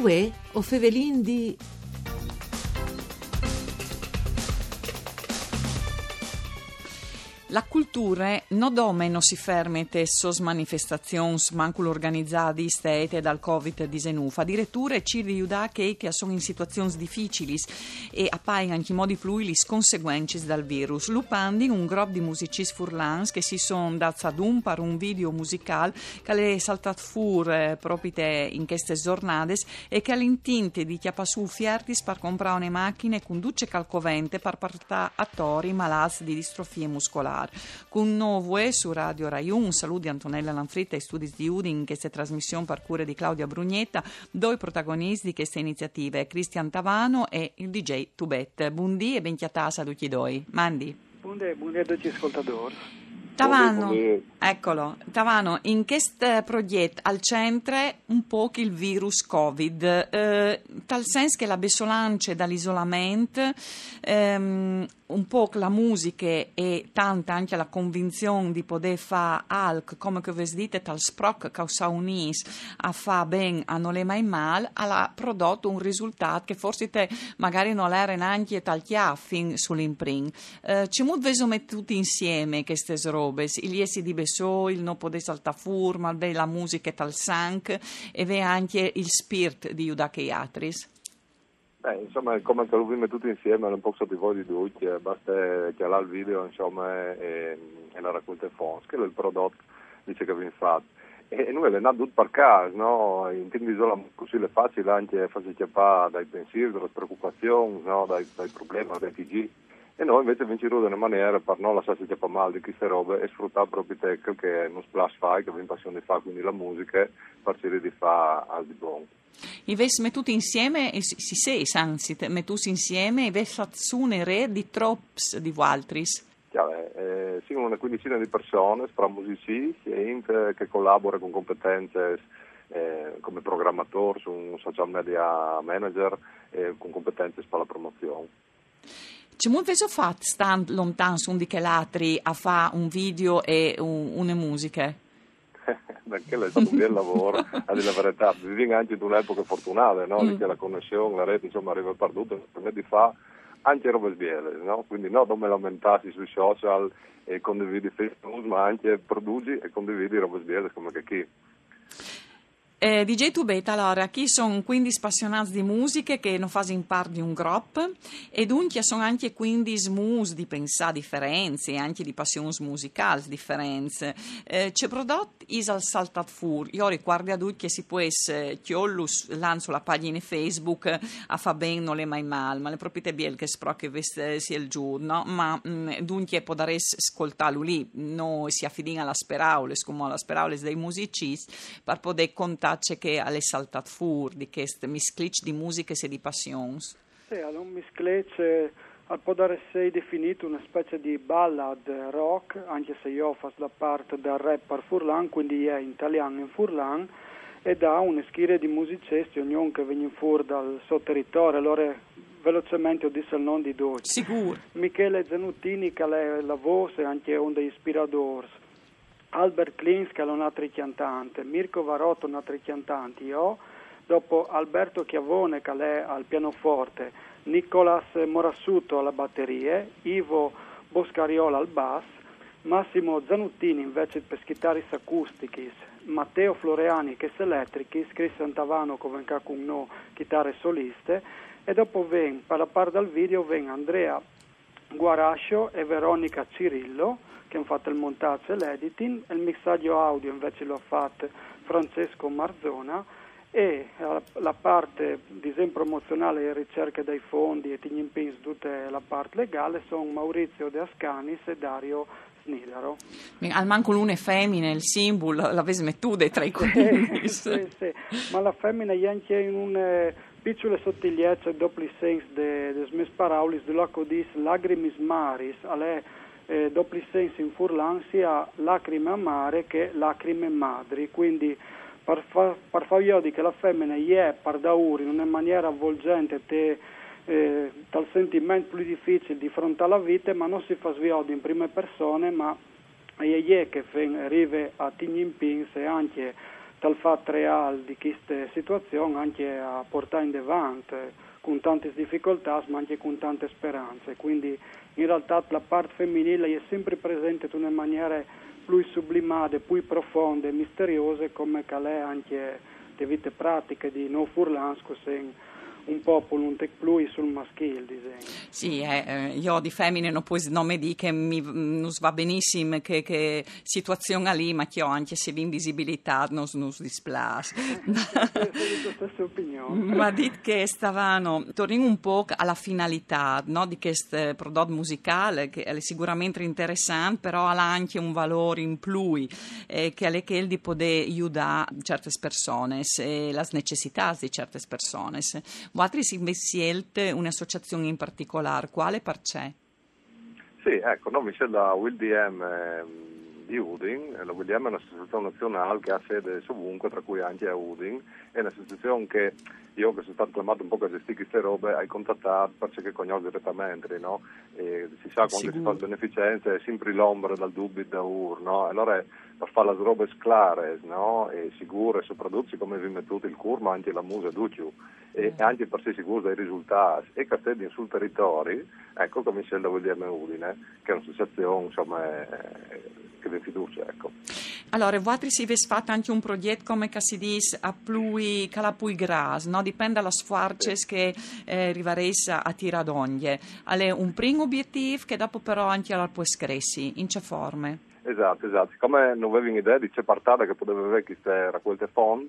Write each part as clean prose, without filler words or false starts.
Uè, o Fevelin di... La cultura non domeno si fermete sos manifestazions mancul organizzati stete dal Covid-19, addirittura ci riuda che sono in situazioni difficili e appaiano in modi pluilis conseguenze dal virus. Lupandi un gruppo di musicisti furlans che si sono dati ad per un video musicale che è saltato fuori proprio in queste giornate e che all'intinte di chiappa su fiertis per comprare una macchina con duce calcovente per portare attori malati di distrofie muscolari. Con noi su Radio Rai 1, saluti Antonella Lanfritta e studi di Udin in questa trasmissione per cura di Claudia Brugnetta, due protagonisti di queste iniziative, Cristian Tavano e il DJ Tubet. Buondì e ben chiatasa a tutti due. Mandi. Buondì a tutti gli ascoltatori. Tavano, in questo progetto al centro un po' il virus Covid, tal senso che la besolance dall'isolamento, un po' la musica e tanta anche la convinzione di poter fare alc, come che vi dite, tal sproc che sa unis a fa ben a non le mai mal, ha prodotto un risultato che forse te magari non era neanche tal chiaffin sull'imprint. Ci muovesimo tutti insieme queste robe, il iesi di Besò, il non poter saltare furma, la musica e tal sank e ve anche il spirit di Iuda Cheiatris. Insomma, come che lo vediamo tutti insieme, un po' sotto i voi di tutti, basta che ha il video, insomma, e la racconta Fons, che è il prodotto, dice che viene fatto. E noi le andiamo tutti per caso, no? In tempi di isolamento così è facile anche farsi chiappare dai pensieri, dalle preoccupazioni, no? dai problemi, dai TG. E noi invece vinciamo in una maniera per non lasciarsi chiappare male di queste robe e sfruttare proprio quello che è uno splash fai, che abbiamo passione di fare, quindi la musica, per cercare di fare al di buono. I vesi mettuti insieme, si sei, anzi, mettuti insieme, i vesi fazzune re di trops di Valtris. Sono una quindicina di persone, fra musicisti e che collabora con competenze come programmatore, su un social media manager e con competenze per la promozione. C'è molto peso fatto stand lontano su di che l'altri a fare un video e una musica? Perché è stato un bel lavoro, a dire la verità, viviamo anche in un'epoca fortunata, no? Che la connessione, la rete, insomma, arriva perduta, permette di fare anche robe sbielle, no? Quindi non lamentarsi sui social e condividi Facebook, ma anche produci e condividi robe sbielle come che chi. DJ Tubet, allora, chi sono quindi spassionati di musica che non fanno parte di un gruppo e dunque sono anche quindi smus di pensare differenze e anche di passioni musicali differenze. C'è prodotto isal saltat fur. Io ricordo a tutti che si può essere chiollus lancio la pagina Facebook a fa ben non le mai mal, ma le proprietà biel che spro che sia il giorno, ma dunque può dare ascoltarlo lì, noi si affidino alla speraules come alla speraules dei musicisti per poter contare che alle saltat fur di questo misclic di musiche e di passions. Sì, è un misclic può essere definito una specie di ballad rock, anche se io faccio la parte del rapper furlan, quindi è in italiano in furlan, ed ha una schiera di musicisti, ognuno che viene fuori dal suo territorio, allora velocemente ho detto il nome di due. Sicuro. Michele Zanuttini, che è la voce, anche uno degli ispiratori. Albert Klins, che è un altro cantante, Mirko Varotto, un altro cantante, io, dopo Alberto Chiavone, che è al pianoforte, Nicolas Morassuto alla batteria, Ivo Boscariola al bass, Massimo Zanuttini invece per chitarris acustichis, Matteo Floreani che è elettrichis, Cristian Tavano come con no chitarre soliste, e dopo per la parte del video Andrea Guarascio e Veronica Cirillo, che hanno fatto il montaggio e l'editing, e il mixaggio audio invece lo ha fatto Francesco Marzona, e la parte disegno promozionale e ricerca dei fondi e impins tutta la parte legale sono Maurizio De Ascanis e Dario Snidaro. Al manco l'una è femmina, il simbolo l'avete mettuto tra i quindi. Sì, ma la femmina è anche in un piccole sottigliezze doppli sensi de smes paraulis de loco dis lagrimis maris, doppli sensi in furlan sia lacrime amare che lacrime madri, quindi per far vedere che la femmina è per dauri in una maniera avvolgente tal sentimento più difficile di fronte alla vita, ma non si fa sviare in prime persone, ma è che arriva a tigni impins e anche dal fatto reale di questa situazione anche a portare in avanti con tante difficoltà ma anche con tante speranze. Quindi in realtà la parte femminile è sempre presente in una maniera più sublimata, più profonda e misteriosa come che è anche le vite pratiche di No Furlansko un popolo un tec più sul maschile il disegno. Sì, io di femmine non puoi nome di che non va benissimo che situazione lì, ma che ho anche se l'invisibilità non dispiace. Stessa opinione. Ma dit che stavano tornando un po' alla finalità, no, di questo prodotto musicale che è sicuramente interessante, però ha anche un valore in più che è che di poter aiutare certe persone e le necessità di certe persone. Voi si scelte un'associazione in particolare, quale per c'è? Sì, ecco, noi mi scelgo la WILDM di Udin. La WILDM è un'associazione nazionale che ha sede ovunque, tra cui anche a Udin. È un'associazione che io, che sono stato chiamato un po' a gestire queste robe, hai contattato perché conosco direttamente, no? E si sa quando si fa beneficenza è sempre l'ombra dal dubbio da no? Allora per fare le robe clare, no? E sicure, soprattutto come vi mettete il cur, ma anche la musa d'uccio, e anche per sé sicuro dei risultati e castelli sul territorio, ecco come si la WILDM Udine, che è un'associazione, insomma, che vi fiducia, ecco. Allora, voi si avete fatto anche un progetto come che si dice a più gras, no? Dipende dalla sforza che rivaressa a tiradoglie. È un primo obiettivo che dopo però anche la può scressi, in che forme? Esatto. Siccome non avevo idea di c'è partata che poteva avere queste raccolte fondi,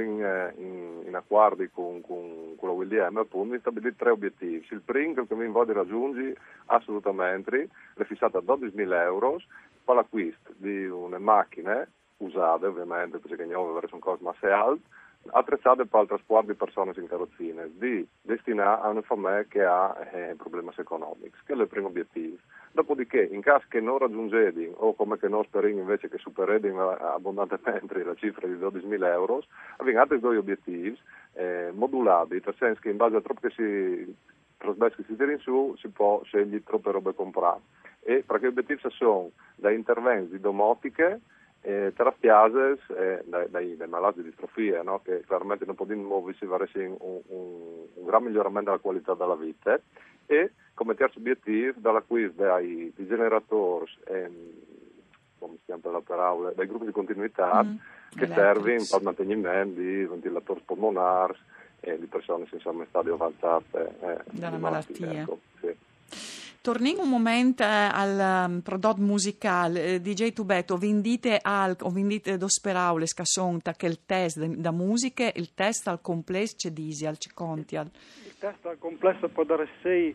in accordi con la WILDM, appunto, mi stabilito 3 obiettivi. Il primo che mi voglio raggiungere assolutamente è fissato a 12.000 euro per l'acquisto di una macchina usate, ovviamente, perché non sono cose masse alte, attrezzate per il trasporto di persone in carrozzine, di destinare a una famiglia che ha problemi economici, che è il primo obiettivo. Dopodiché, in caso che non raggiungete, o come che non speriamo invece che superete abbondantemente la cifra di 12.000 euro, abbiamo altri 2 obiettivi modulati, nel senso che in base a troppo che si tira in su, si può scegliere troppe robe comprare. E perché gli obiettivi sono da interventi di domotiche, terapiase dai malati di distrofia, no? Che chiaramente non possono muoversi verso un gran miglioramento della qualità della vita, e come terzo obiettivo dall'acquisto dei generatori come si chiama la parola, dai gruppi di continuità che servono per il mantenimento di ventilatori polmonari e di persone insomma in stadio avanzate dalla malattia. Ecco, sì. Torniamo un momento al prodotto musicale. DJ Tubetto, vendite do speraule scasonta che il test da musiche, il test al complesso c'è disi al contial. Il test al complesso può dare sei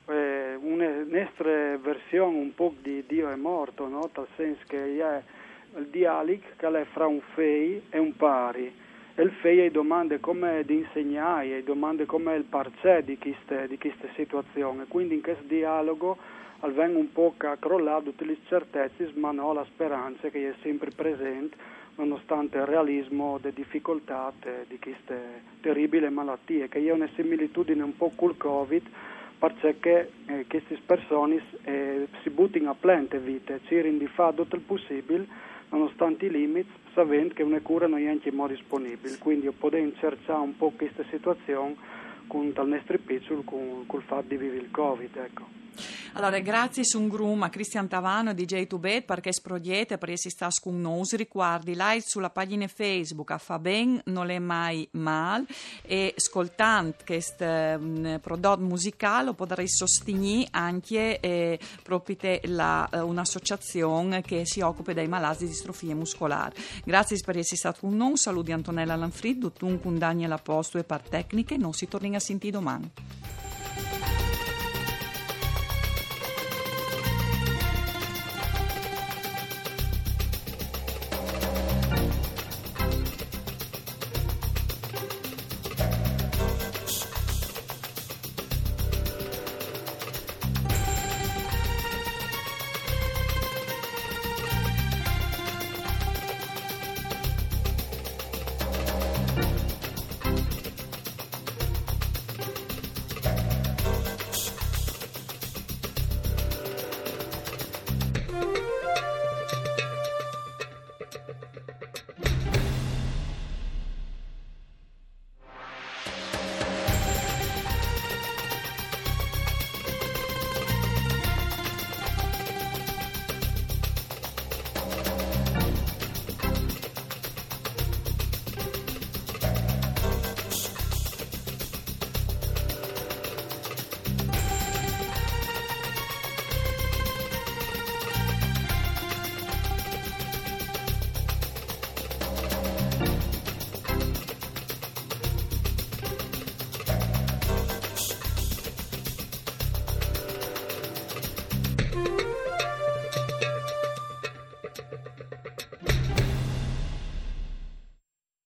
un'estra versione un po' di Dio è morto, no? Nel senso che è il dialogo che è fra un fei e un pari. E il fei è domande come di insegnare, è domande come il parcè di queste situazioni. Quindi in questo dialogo avviene un po' che crollato tutte le certezze, ma no la speranza che è sempre presente nonostante il realismo delle difficoltà di queste terribili malattie, che è una similitudine un po' col Covid, perché queste persone si buttano a plente vite, cercano di fare tutto il possibile, nonostante i limiti, sapendo che una cura non è anche disponibile. Quindi io posso cercare un po' questa situazione con il nostro piccolo, con il fatto di vivere il Covid, ecco. Allora, grazie su un grum a Cristian Tavano e DJ Tubet perché sprogliete, perché si sta con noi, riguardi like sulla pagina Facebook a fa ben, non è mai mal, e ascoltando questo prodotto musicale potrei sostenere anche proprio un'associazione che si occupa dei malati di distrofie muscolari. Grazie per essere stato con noi, saluti Antonella Lanfrid, Duttun con Daniela Posto e par tecniche, non si torna a sentire domani.